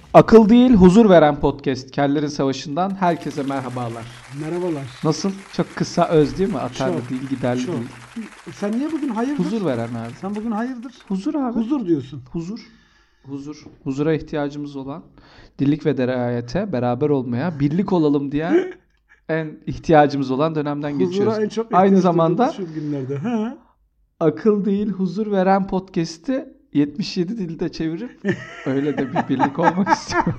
Akıl değil, huzur veren podcast Kellerin Savaşı'ndan herkese merhabalar. Merhabalar. Nasıl? Çok kısa, öz değil mi? Atarlı Çok, değil, giderli çok. değil. Sen niye bugün hayırdır? Huzur veren abi. Sen bugün hayırdır? Huzur abi. Huzur diyorsun. Huzur. Huzura ihtiyacımız olan, dirlik ve dirayete, beraber olmaya, birlik olalım diye en ihtiyacımız olan dönemden geçiyoruz. Huzura en çok Aynı ihtiyaç zamanda duyduğumuz şu günlerde. Ha? akıl değil, huzur veren podcast'i 77 dilde çevirip öyle de bir birlik olmak istiyorum.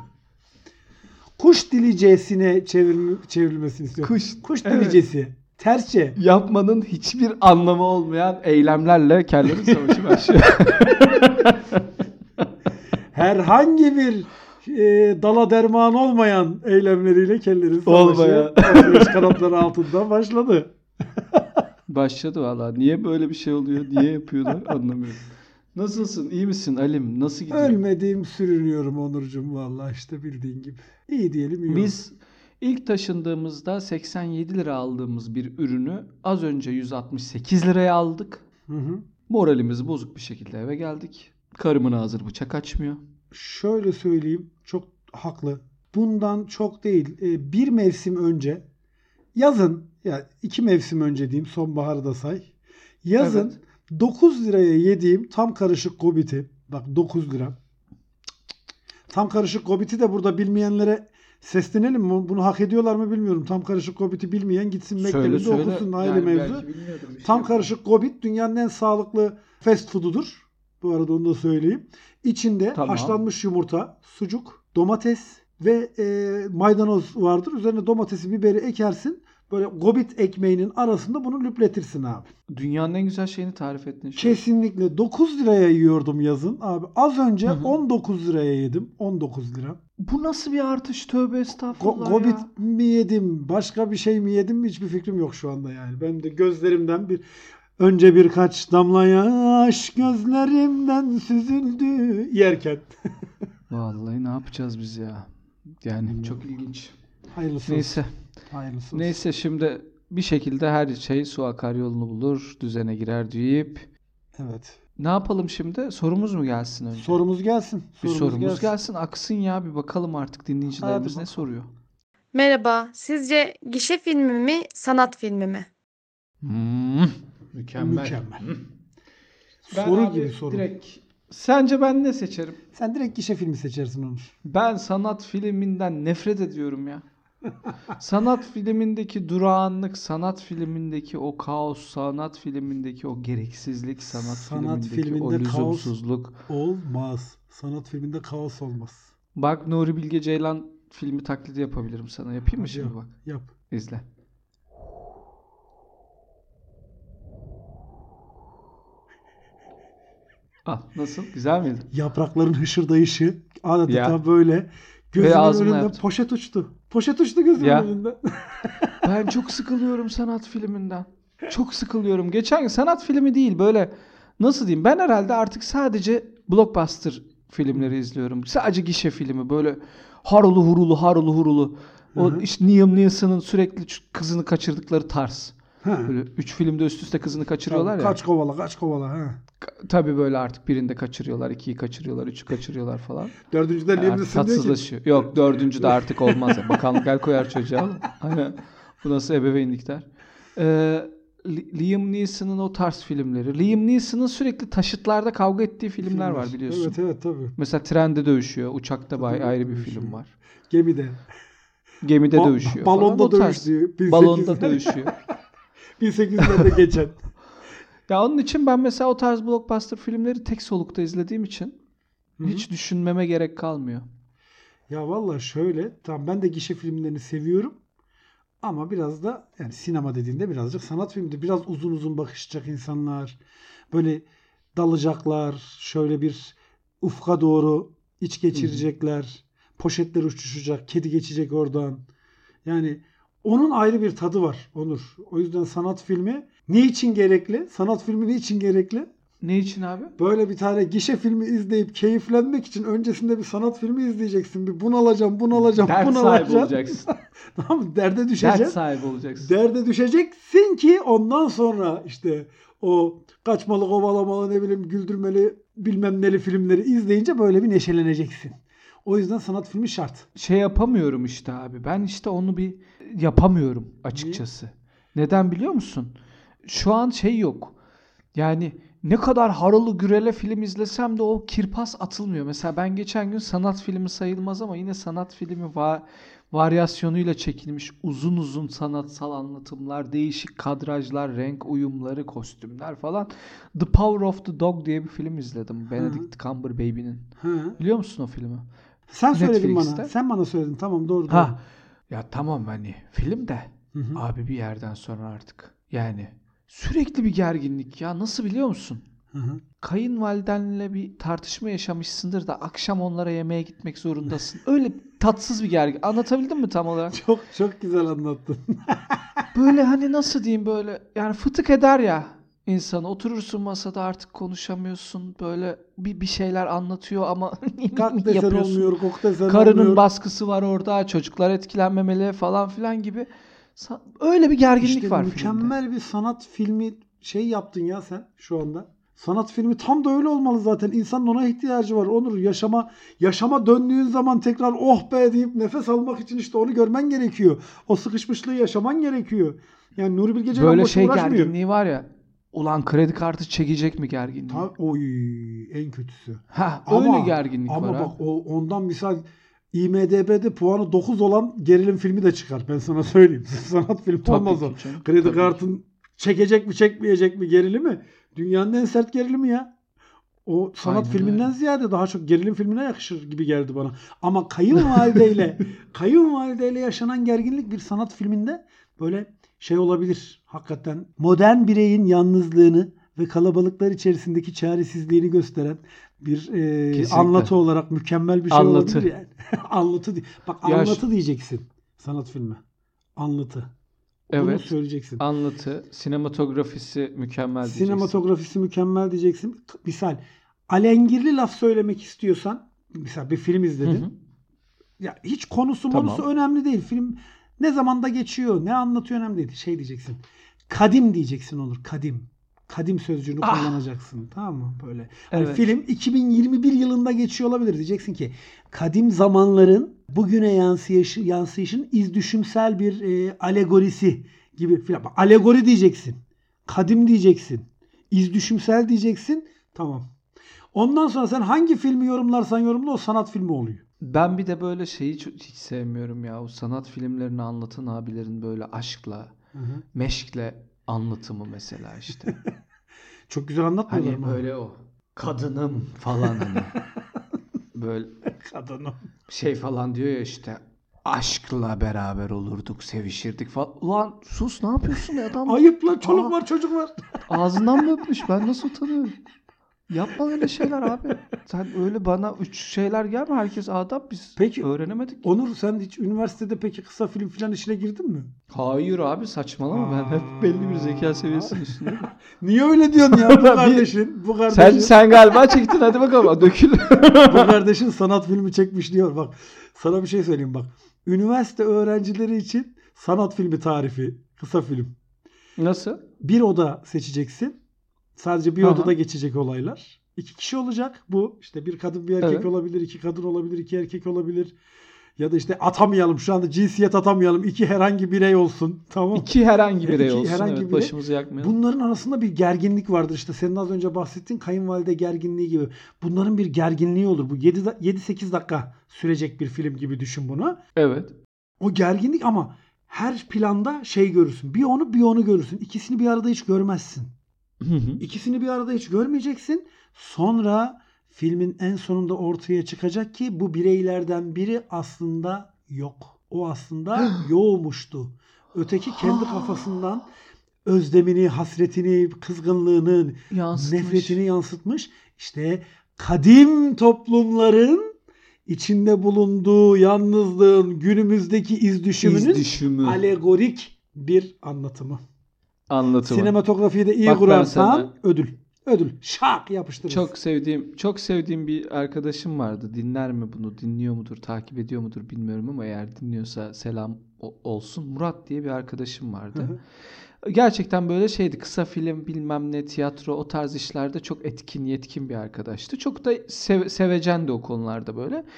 Kuş dilicesine çevrilmesini istiyorum. Kuş Evet. dilicesi. Tersçe. Yapmanın hiçbir anlamı olmayan eylemlerle Kellerin Savaşı başlıyor. Herhangi bir dala derman olmayan eylemleriyle kellerin savaşı. Olmayan. 15 kanatları altında başladı. Başladı valla. Niye böyle bir şey oluyor? Niye yapıyorlar? Anlamıyorum. Nasılsın? İyi misin Alim? Nasıl gidiyor? Ölmediğim sürünüyorum Onurcuğum vallahi işte bildiğin gibi. İyi diyelim iyi. Biz ilk taşındığımızda 87 lira aldığımız bir ürünü az önce 168 liraya aldık. Hı. Moralimiz bozuk bir şekilde eve geldik. Karımın ağzını bıçak açmıyor. Şöyle söyleyeyim, çok haklı. Bundan çok değil, bir mevsim önce, yazın, ya 2 mevsim önce diyeyim, sonbaharı da say. Yazın Evet. 9 liraya yediğim tam karışık gobiti, bak 9 lira. Tam karışık gobiti de burada bilmeyenlere seslenelim mi? Bunu hak ediyorlar mı bilmiyorum. Tam karışık gobiti bilmeyen gitsin mektebinde okusun aile Yani mevzu. belki bilmiyordur bir şey. Tam karışık gobit dünyanın en sağlıklı fast food'udur. Bu arada onu da söyleyeyim. İçinde Tamam. haşlanmış yumurta, sucuk, domates ve maydanoz vardır. Üzerine domatesi, biberi ekersin. Böyle gobit ekmeğinin arasında bunu lüpletirsin abi. Dünyanın en güzel şeyini tarif ettin. Kesinlikle 9 liraya yiyordum yazın abi. Az önce Hı hı. 19 liraya yedim. 19 lira. Bu nasıl bir artış? Tövbe estağfurullah Gobit ya. mi yedim? Başka bir şey mi yedim mi? Hiçbir fikrim yok şu anda yani. Ben de gözlerimden önce birkaç damla yaş gözlerimden süzüldü yerken. Vallahi ne yapacağız biz ya? Yani çok ilginç. Hayırlısı Neyse. olsun. Hayırlısı olsun. Neyse şimdi bir şekilde her şey su akar yolunu bulur, düzene girer deyip Evet. ne yapalım şimdi? Sorumuz mu gelsin önce? Sorumuz gelsin. Bir sorumuz gelsin. Aksın ya, bir bakalım artık dinleyicilerimiz Hadi ne soruyor. Merhaba, sizce gişe filmi mi, sanat filmi mi? Mükemmel. Ben Soru abi gibi soru. sence ben ne seçerim? Sen direkt gişe filmi seçersin Onur. Ben sanat filminden nefret ediyorum ya. Sanat filmindeki durağanlık, sanat filmindeki o kaos, sanat filmindeki o gereksizlik, Sanat filmindeki o filminde kaos lüzumsuzluk. olmaz. Sanat filminde kaos olmaz. Bak Nuri Bilge Ceylan filmi taklidi yapabilirim sana. Yapayım mı Hadi şimdi yap, bak? Yap. İzle. Al, nasıl? Güzel miydi? Yaprakların hışırdayışı adeta Ya. böyle gözümün ağzımla önünden yaptım. poşet uçtu. Poşet uçtu gözümün Ya. önünden. Ben çok sıkılıyorum sanat filminden. Çok sıkılıyorum. Geçen gün sanat filmi değil böyle, nasıl diyeyim, ben herhalde artık sadece blockbuster filmleri izliyorum. Sadece gişe filmi böyle harulu hurulu. O Hı hı. işte Liam Neeson'ın sürekli kızını kaçırdıkları tarz. Ha. Böyle 3 filmde üst üste kızını kaçırıyorlar ya. Kaç kovala. Ha. Tabii böyle artık birinde kaçırıyorlar, 2'yi kaçırıyorlar, 3'ü kaçırıyorlar falan. Dördüncüde Liam Artık Neeson diyor ki. tatsızlaşıyor. Yok, 4. de artık olmaz. Ya. Bakanlık el koyar çocuğa. Hani bu nasıl ebeveynlik der. Liam Neeson'ın o tarz filmleri. Liam Neeson'ın sürekli taşıtlarda kavga ettiği filmler var biliyorsun. Evet tabii. Mesela trende dövüşüyor. Uçakta ayrı bir dövüşüyor. film var. Gemide. Gemide dövüşüyor falan. Balonda O tarz. dövüşüyor. Balonda dövüşüyor. 1800'lerde geçen. Ya onun için ben mesela o tarz blockbuster filmleri tek solukta izlediğim için hiç düşünmeme gerek kalmıyor. Ya valla şöyle, tamam ben de gişe filmlerini seviyorum. Ama biraz da yani sinema dediğinde birazcık sanat filmidir. Biraz uzun bakışacak insanlar. Böyle dalacaklar. Şöyle bir ufka doğru iç geçirecekler. Poşetler uçuşacak. Kedi geçecek oradan. Yani onun ayrı bir tadı var Onur. O yüzden sanat filmi ne için gerekli? Sanat filmi ne için gerekli? Ne için abi? Böyle bir tane gişe filmi izleyip keyiflenmek için öncesinde bir sanat filmi izleyeceksin. Bir bunalacağım. Dert sahibi olacaksın. Tamam mı? Derde Dert düşeceksin. sahibi olacaksın. Derde düşeceksin ki ondan sonra işte o kaçmalı, kovalamalı, ne bileyim güldürmeli bilmem neli filmleri izleyince böyle bir neşeleneceksin. O yüzden sanat filmi şart. Şey yapamıyorum işte abi. Ben işte onu bir yapamıyorum açıkçası. Neden biliyor musun? Şu an şey yok. Yani ne kadar haralı gürele film izlesem de o kirpas atılmıyor. Mesela ben geçen gün sanat filmi sayılmaz ama yine sanat filmi varyasyonuyla çekilmiş uzun uzun sanatsal anlatımlar, değişik kadrajlar, renk uyumları, kostümler falan. The Power of the Dog diye bir film izledim. Benedict Cumberbatch'in. Hı. Biliyor musun o filmi? Sen söyledin bana. Netflix'te. Sen bana söyledin. Tamam, doğru. Ha. Ya tamam hani film de Hı hı. abi bir yerden sonra artık yani sürekli bir gerginlik ya. Nasıl biliyor musun? Hı hı. Kayınvalidenle bir tartışma yaşamışsındır da akşam onlara yemeğe gitmek zorundasın. Öyle tatsız bir gergin. Anlatabildim mi tam olarak? Çok çok güzel anlattın. Böyle hani nasıl diyeyim böyle yani fıtık eder ya insanı. Oturursun masada artık konuşamıyorsun. Böyle bir şeyler anlatıyor ama Kalk desen yapıyorsun. olmuyor, kok desen Karının olmuyor. baskısı var orada. Çocuklar etkilenmemeli falan filan gibi. Öyle bir gerginlik İşte var filmde. mükemmel bir sanat filmi şey yaptın ya sen şu anda. Sanat filmi tam da öyle olmalı zaten. İnsanın ona ihtiyacı var. Onur, yaşama döndüğün zaman tekrar oh be deyip nefes almak için işte onu görmen gerekiyor. O sıkışmışlığı yaşaman gerekiyor. Yani Nuri Bilge Ceylan Böyle boşuna şey uğraşmıyor. gerginliği var ya. Ulan kredi kartı çekecek mi gerginliği? Oy, en kötüsü. Ha, Ama- öyle gerginlik var Ama abi. bak ondan misal IMDb'de puanı 9 olan gerilim filmi de çıkar. Ben sana söyleyeyim. Sanat filmi Tabii olmaz ki o. canım, Kredi tabii kartın çekecek mi çekmeyecek mi gerilimi? Dünyanın en sert gerilimi ya. O sanat Aynen filminden öyle. ziyade daha çok gerilim filmine yakışır gibi geldi bana. Ama kayınvalideyle yaşanan gerginlik bir sanat filminde böyle şey olabilir. Hakikaten modern bireyin yalnızlığını ve kalabalıklar içerisindeki çaresizliğini gösteren bir Kesinlikle. anlatı olarak mükemmel bir şey Anlatı. olabilir yani. Anlatı. Bak Ya anlatı diyeceksin sanat filmi. Anlatı. Bunu Evet. söyleyeceksin. Anlatı, sinematografisi mükemmel diyeceksin. Sinematografisi mükemmel diyeceksin. Misal alengirli laf söylemek istiyorsan, misal bir film izledin. Hı hı. Ya hiç konusu Tamam. monusu önemli değil. Film ne zamanda geçiyor, ne anlatıyor önemli değil. Şey diyeceksin. Kadim diyeceksin Onur. Kadim. Kadim sözcüğünü kullanacaksın. Tamam mı? Böyle. Hani Evet. film 2021 yılında geçiyor olabilir. Diyeceksin ki kadim zamanların bugüne yansıyışın izdüşümsel bir alegorisi gibi filan. Bak, alegori diyeceksin. Kadim diyeceksin. İzdüşümsel diyeceksin. Tamam. Ondan sonra sen hangi filmi yorumlarsan yorumla o sanat filmi oluyor. Ben bir de böyle şeyi hiç sevmiyorum ya. O sanat filmlerini anlatan abilerin böyle aşkla, Hı-hı. meşkle anlatımı mesela işte. Çok güzel anlatmıyorlar Hani mı? böyle o kadınım falan hani. Böyle Kadınım. şey falan diyor ya işte aşkla beraber olurduk, sevişirdik falan. Ulan sus ne yapıyorsun ya adam? Ayıp lan, çoluk Aa. var çocuk var. Ağzından mı öpmüş? Ben nasıl utanıyorum? Yapma öyle şeyler abi. Sen öyle bana üç şeyler gelme. Herkes adap, biz Peki, öğrenemedik. Onur, sen hiç üniversitede peki kısa film falan işine girdin mi? Hayır abi saçmalama. Ben hep belli bir zeka seviyesinin üstündeyim. Niye öyle diyorsun ya? Bu kardeşin, bu kardeşin, Sen galiba çektin, hadi bakalım dökül. bu kardeşin sanat filmi çekmiş diyor. Bak sana bir şey söyleyeyim bak. Üniversite öğrencileri için sanat filmi tarifi, kısa film. Nasıl? Bir oda seçeceksin. Sadece bir Aha. odada geçecek olaylar. 2 kişi olacak bu. İşte bir kadın bir erkek Evet. olabilir, 2 kadın olabilir, 2 erkek olabilir. Ya da işte atamayalım şu anda, cinsiyet atamayalım. 2 herhangi birey olsun. Tamam. İki herhangi birey İki olsun. herhangi Evet, birey. başımızı yakmayalım. Bunların arasında bir gerginlik vardır. İşte senin az önce bahsettiğin kayınvalide gerginliği gibi. Bunların bir gerginliği olur. Bu 7-8 dakika sürecek bir film gibi düşün bunu. Evet. O gerginlik, ama her planda şey görürsün. Bir onu görürsün. İkisini bir arada hiç görmezsin. Hı hı. İkisini bir arada hiç görmeyeceksin. Sonra filmin en sonunda ortaya çıkacak ki bu bireylerden biri aslında yok. O aslında yoğmuştu. Öteki kendi kafasından özlemini, hasretini, kızgınlığını, Yansıtmış. nefretini yansıtmış. İşte kadim toplumların içinde bulunduğu yalnızlığın günümüzdeki izdüşümünün İzdüşümü. alegorik bir anlatımı. Anlatımı. Sinematografiyi de iyi Bak ben kurarsan sana- ödül. Ödül. Şak yapıştırırız. Çok sevdiğim bir arkadaşım vardı. Dinler mi bunu? Dinliyor mudur? Takip ediyor mudur bilmiyorum ama eğer dinliyorsa selam olsun. Murat diye bir arkadaşım vardı. Gerçekten böyle şeydi. Kısa film, bilmem ne, tiyatro, o tarz işlerde çok yetkin bir arkadaştı. Çok da sevecendi o konularda böyle.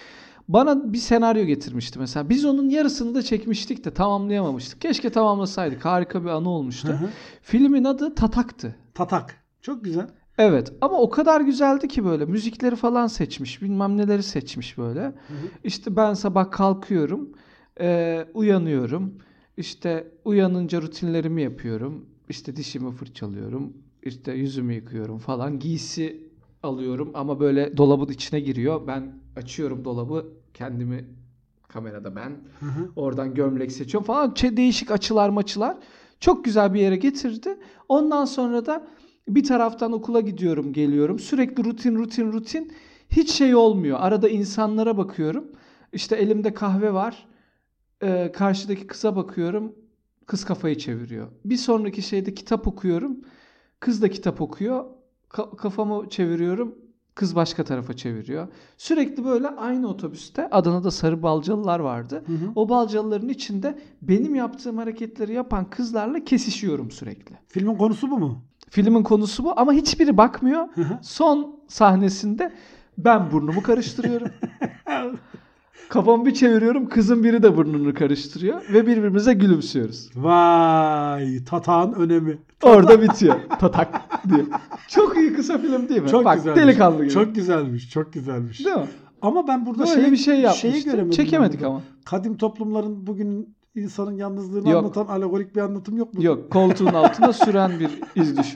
Bana bir senaryo getirmişti mesela. Biz onun yarısını da çekmiştik de tamamlayamamıştık. Keşke tamamlasaydık. Harika bir anı olmuştu. Hı hı. Filmin adı Tatak'tı. Tatak. Çok güzel. Evet ama o kadar güzeldi ki böyle müzikleri falan seçmiş, bilmem neleri seçmiş böyle. Hı hı. İşte ben sabah kalkıyorum, uyanıyorum. İşte uyanınca rutinlerimi yapıyorum. İşte dişimi fırçalıyorum, işte yüzümü yıkıyorum falan. Giysi alıyorum ama böyle dolabın içine giriyor. Ben açıyorum dolabı, kendimi kamerada ben. Hı hı. Oradan gömlek seçiyorum falan. Değişik açılar maçılar. Çok güzel bir yere getirdi. Ondan sonra da bir taraftan okula gidiyorum, geliyorum. Sürekli rutin. Hiç şey olmuyor. Arada insanlara bakıyorum. İşte elimde kahve var. Karşıdaki kıza bakıyorum. Kız kafayı çeviriyor. Bir sonraki şeyde kitap okuyorum. Kız da kitap okuyor. Kafamı çeviriyorum. Kız başka tarafa çeviriyor. Sürekli böyle aynı otobüste Adana'da sarı balcalılar vardı. Hı hı. O balcalıların içinde benim yaptığım hareketleri yapan kızlarla kesişiyorum sürekli. Filmin konusu bu mu? Filmin konusu bu ama hiçbiri bakmıyor. Hı hı. Son sahnesinde ben burnumu karıştırıyorum. Kafamı bir çeviriyorum. Kızın biri de burnunu karıştırıyor. Ve birbirimize gülümsüyoruz. Vay, Tatak'ın önemi. Orada bitiyor. Tatak diye. Çok iyi kısa film değil mi? Çok Bak güzelmiş. delikanlı gibi. Çok güzelmiş. Çok güzelmiş. Değil mi? Ama ben burada Böyle bir şey şeyi yapmıştı. göremedim. Çekemedik ben burada. ama. Kadim toplumların bugün insanın yalnızlığını Yok. anlatan alegorik bir anlatım yok mu? Yok. Koltuğun altına süren bir iz düşüm.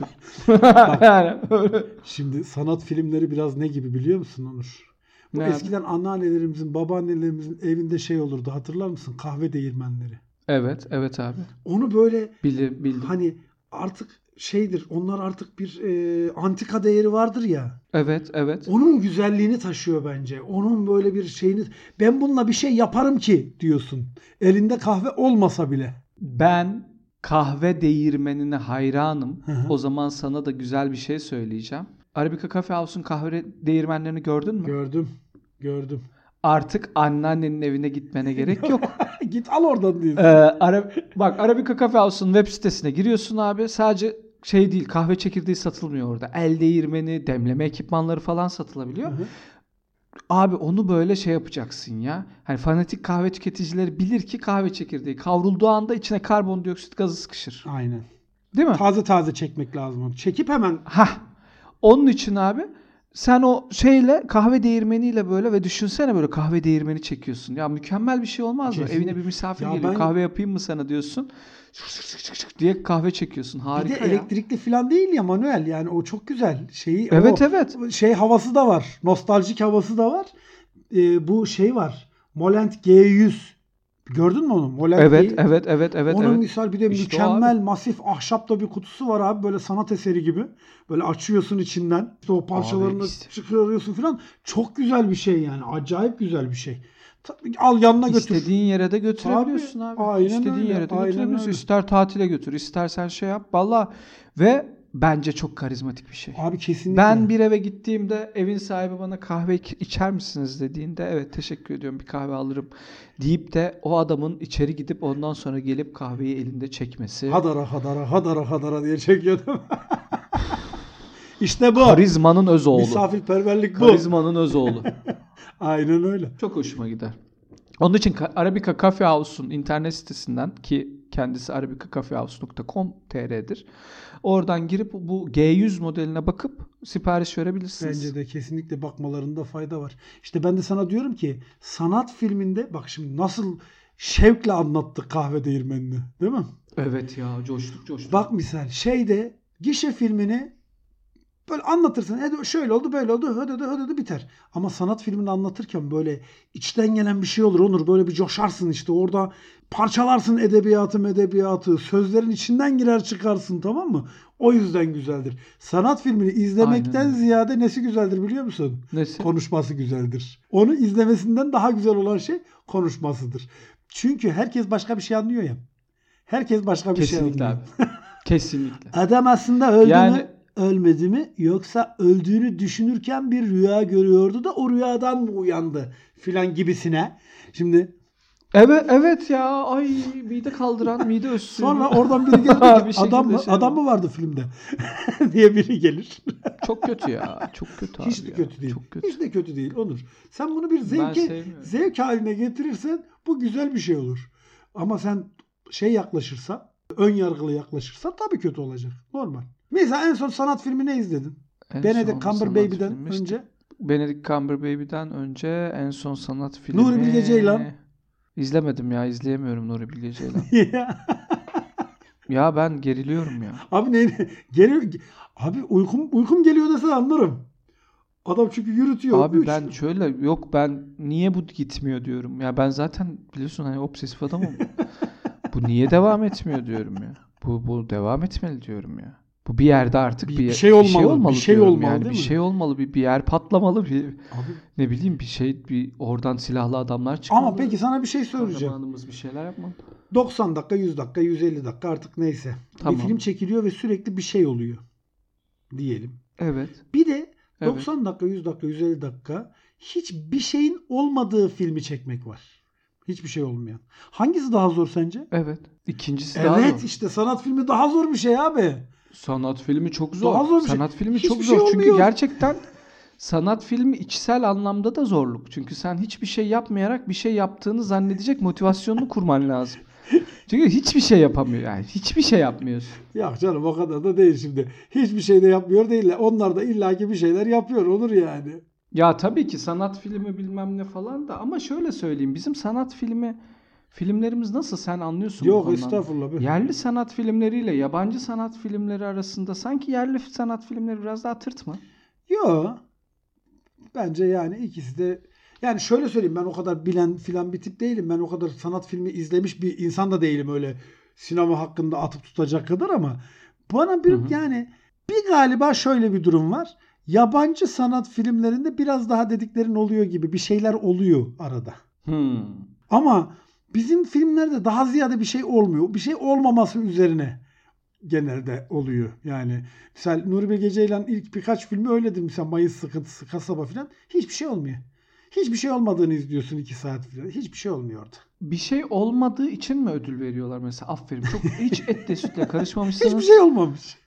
Yani öyle. Şimdi sanat filmleri biraz ne gibi biliyor musun Onur? Bu Ne eskiden anneannelerimizin, babaannelerimizin evinde şey olurdu. Hatırlar mısın? Kahve değirmenleri. Evet abi. Onu böyle Bildim. hani artık şeydir. Onlar artık bir antika değeri vardır ya. Evet. Onun güzelliğini taşıyor bence. Onun böyle bir şeyini. Ben bununla bir şey yaparım ki diyorsun. Elinde kahve olmasa bile. Ben kahve değirmenine hayranım. Hı hı. O zaman sana da güzel bir şey söyleyeceğim. Arabica Coffee House'un kahve değirmenlerini gördün mü? Gördüm. Artık anneannenin evine gitmene gerek yok. Git al oradan diyorsun. Bak Arabica Coffee House'un web sitesine giriyorsun abi. Sadece şey değil, kahve çekirdeği satılmıyor orada. El değirmeni, demleme ekipmanları falan satılabiliyor. Hı hı. Abi onu böyle şey yapacaksın ya. Hani fanatik kahve tüketicileri bilir ki kahve çekirdeği kavrulduğu anda içine karbondioksit gazı sıkışır. Aynen. Değil mi? Taze çekmek lazım onu. Çekip hemen Onun için abi sen o şeyle kahve değirmeniyle böyle ve düşünsene böyle kahve değirmeni çekiyorsun. Ya mükemmel bir şey olmaz mı? Kesinlikle. Evine bir misafir Ya geliyor. ben- Kahve yapayım mı sana diyorsun. Diye kahve çekiyorsun. bir Harika de ya. elektrikli falan değil ya, manuel, yani o çok güzel. Evet. Şey havası da var. Nostaljik havası da var. Bu şey var. Molent G100. Gördün mü onu? Molent Evet. G100. Onun Evet. misal bir de İşte o mükemmel masif ahşapta bir kutusu var abi. Böyle sanat eseri gibi. Böyle açıyorsun içinden. İşte o parçalarını işte. çıkarıyorsun falan. Çok güzel bir şey yani. Acayip güzel bir şey. Al yanına götür. İstediğin yere de götürebiliyorsun Tabii, abi. aynen İstediğin öyle, yere de aynen götürebiliyorsun. öyle. İster tatile götür, istersen şey yap. Valla ve bence çok karizmatik bir şey. Abi kesinlikle. Ben bir eve gittiğimde evin sahibi bana kahve içer misiniz dediğinde evet teşekkür ediyorum bir kahve alırım deyip de o adamın içeri gidip ondan sonra gelip kahveyi elinde çekmesi. Hadara diye çekiyordum. İşte bu. Karizmanın öz oğlu. Misafirperverlik bu. Karizmanın öz oğlu. Aynen öyle. Çok hoşuma gider. Onun için Arabica Coffee House'un internet sitesinden ki kendisi arabicacoffeehouse.com.tr'dir. Oradan girip bu G100 modeline bakıp sipariş verebilirsiniz. Bence de kesinlikle bakmalarında fayda var. İşte ben de sana diyorum ki sanat filminde bak şimdi nasıl şevkle anlattık kahve değirmenini, değil mi? Evet ya coştuk. Bak misal şeyde gişe filmini böyle anlatırsın. Şöyle oldu böyle oldu hödödü biter. Ama sanat filmini anlatırken böyle içten gelen bir şey olur Onur. Böyle bir coşarsın işte orada parçalarsın edebiyatı. Sözlerin içinden girer çıkarsın, tamam mı? O yüzden güzeldir. Sanat filmini izlemekten Aynen öyle. ziyade nesi güzeldir biliyor musun? Nesi? Konuşması güzeldir. Onu izlemesinden daha güzel olan şey konuşmasıdır. Çünkü herkes başka bir şey anlıyor ya. Herkes başka bir Kesinlikle şey abi. anlıyor. Kesinlikle. Adam aslında öldü Yani- mü, ölmedi mi, yoksa öldüğünü düşünürken bir rüya görüyordu da o rüyadan mı uyandı filan gibisine. Şimdi Evet ya. Ay mide kaldıran mide össü. Sonra oradan biri geldi Bir ki şekilde adam mı vardı filmde diye biri gelir. Çok kötü ya. Çok kötü abi Hiç de ya. kötü değil. Çok kötü. Hiç de kötü değil Onur. Sen bunu bir Ben sevmiyorum. zevk haline getirirsen bu güzel bir şey olur. Ama sen yaklaşırsan, ön yargılı yaklaşırsan tabii kötü olacak. Normal. Mesela en son sanat filmi ne izledin? En Benedict son sanat Cumberbatch'den filmi işte. önce. Benedict Cumberbatch'den önce en son sanat filmi. Nuri Bilge Ceylan. İzlemedim ya. İzleyemiyorum Nuri Bilge Ceylan. Ya ben geriliyorum ya. Abi abi uykum geliyor desen anlarım. Adam çünkü yürütüyor. Abi ben ben niye bu gitmiyor diyorum. Ya ben zaten biliyorsun hani obsesif adamım. Bu niye devam etmiyor diyorum ya. Bu devam etmeli diyorum ya. Bu bir yerde artık bir şey olmalı. Bir şey diyorum olmalı yani. değil Bir mi? şey olmalı. Bir yer patlamalı. Abi, Ne bileyim bir oradan silahlı adamlar çıkmalı. ama peki sana bir şey söyleyeceğim. Kahramanımız bir şeyler yapmalı. 90 dakika, 100 dakika, 150 dakika artık neyse. Tamam. Bir film çekiliyor ve sürekli bir şey oluyor. Diyelim. Evet. Bir de Evet. 90 dakika, 100 dakika, 150 dakika hiçbir şeyin olmadığı filmi çekmek var. Hiçbir şey olmayan. Hangisi daha zor sence? Evet. İkincisi daha Evet zor. işte sanat filmi daha zor bir şey abi. Sanat filmi çok zor. Daha zor bir şey. Sanat filmi Hiçbir çok şey zor. Çünkü olmuyor. gerçekten sanat filmi içsel anlamda da zorluk. Çünkü sen hiçbir şey yapmayarak bir şey yaptığını zannedecek motivasyonunu kurman lazım. Çünkü hiçbir şey yapamıyor. Yani hiçbir şey yapmıyorsun. Ya canım o kadar da değil şimdi. Hiçbir şey de yapmıyor değiller. Onlar da illaki bir şeyler yapıyor olur yani. Ya tabii ki sanat filmi bilmem ne falan da ama şöyle söyleyeyim. Bizim sanat filmlerimiz nasıl sen anlıyorsun bu Yok konudan. estağfurullah. Be. Yerli sanat filmleriyle yabancı sanat filmleri arasında sanki yerli sanat filmleri biraz daha tırt mı? Yok. Bence yani ikisi de yani şöyle söyleyeyim ben o kadar bilen filan bir tip değilim. Ben o kadar sanat filmi izlemiş bir insan da değilim öyle sinema hakkında atıp tutacak kadar ama bana yani bir galiba şöyle bir durum var. Yabancı sanat filmlerinde biraz daha dediklerin oluyor gibi bir şeyler oluyor arada. Ama bizim filmlerde daha ziyade bir şey olmuyor. Bir şey olmaması üzerine genelde oluyor. Yani mesela Nuri Bilge Ceylan'ın ilk birkaç filmi öyledir. Mesela Mayıs Sıkıntısı, Kasaba falan. Hiçbir şey olmuyor. Hiçbir şey olmadığını izliyorsun 2 saat falan. Hiçbir şey olmuyor orada. Bir şey olmadığı için mi ödül veriyorlar mesela? Aferin. Çok hiç etle sütle karışmamışsınız. Hiçbir şey olmamış.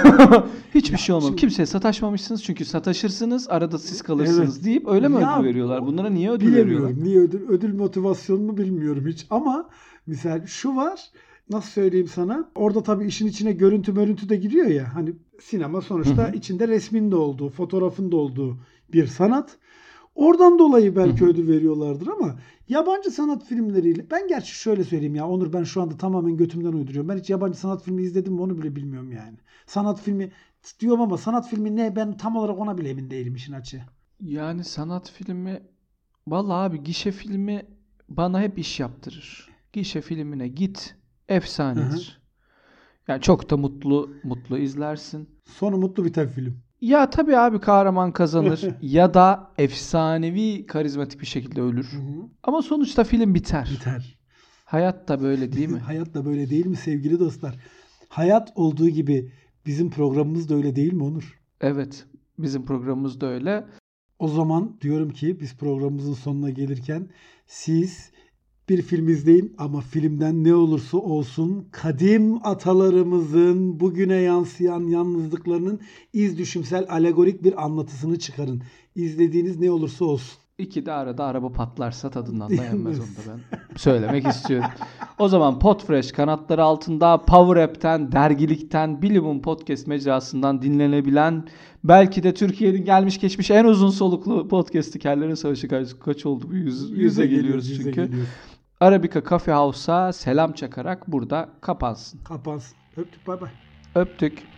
Hiçbir şey olmamış. Kimseye sataşmamışsınız çünkü sataşırsınız arada siz kalırsınız deyip öyle mi Ya, ödül veriyorlar? Bunlara niye ödül veriyorlar? Bilemiyorum. Niye ödül motivasyonunu bilmiyorum hiç. Ama mesela şu var. Nasıl söyleyeyim sana? Orada tabii işin içine görüntü de giriyor ya. Hani sinema sonuçta içinde resmin de olduğu, fotoğrafın da olduğu bir sanat. Oradan dolayı belki ödül veriyorlardır ama yabancı sanat filmleriyle ben gerçi şöyle söyleyeyim ya Onur ben şu anda tamamen götümden uyduruyorum. Ben hiç yabancı sanat filmi izledim mi onu bile bilmiyorum yani. Sanat filmi diyorum ama sanat filmi ne ben tam olarak ona bile emin değilim işin açığı. Yani sanat filmi vallahi abi gişe filmi bana hep iş yaptırır. Gişe filmine git efsanedir. Yani çok da mutlu izlersin. Sonu mutlu biten film. Ya tabii abi kahraman kazanır ya da efsanevi karizmatik bir şekilde ölür. Ama sonuçta film biter. Biter. Hayat da böyle değil mi? Hayat da böyle değil mi sevgili dostlar? Hayat olduğu gibi bizim programımız da öyle değil mi Onur? Evet. Bizim programımız da öyle. O zaman diyorum ki biz programımızın sonuna gelirken siz bir film izleyin ama filmden ne olursa olsun kadim atalarımızın bugüne yansıyan yalnızlıklarının düşümsel alegorik bir anlatısını çıkarın. İzlediğiniz ne olursa olsun. İki de arada araba patlarsa tadından da yenmez onu da ben söylemek istiyorum. O zaman Podfresh kanatları altında Power App'ten, dergilikten, Bilimum Podcast mecrasından dinlenebilen belki de Türkiye'nin gelmiş geçmiş en uzun soluklu podcast'i Kellerin Savaşı kaç oldu? Yüze geliyoruz çünkü. Arabica Coffee House'a selam çakarak burada kapansın. Kapansın. Öptük bay bay. Öptük.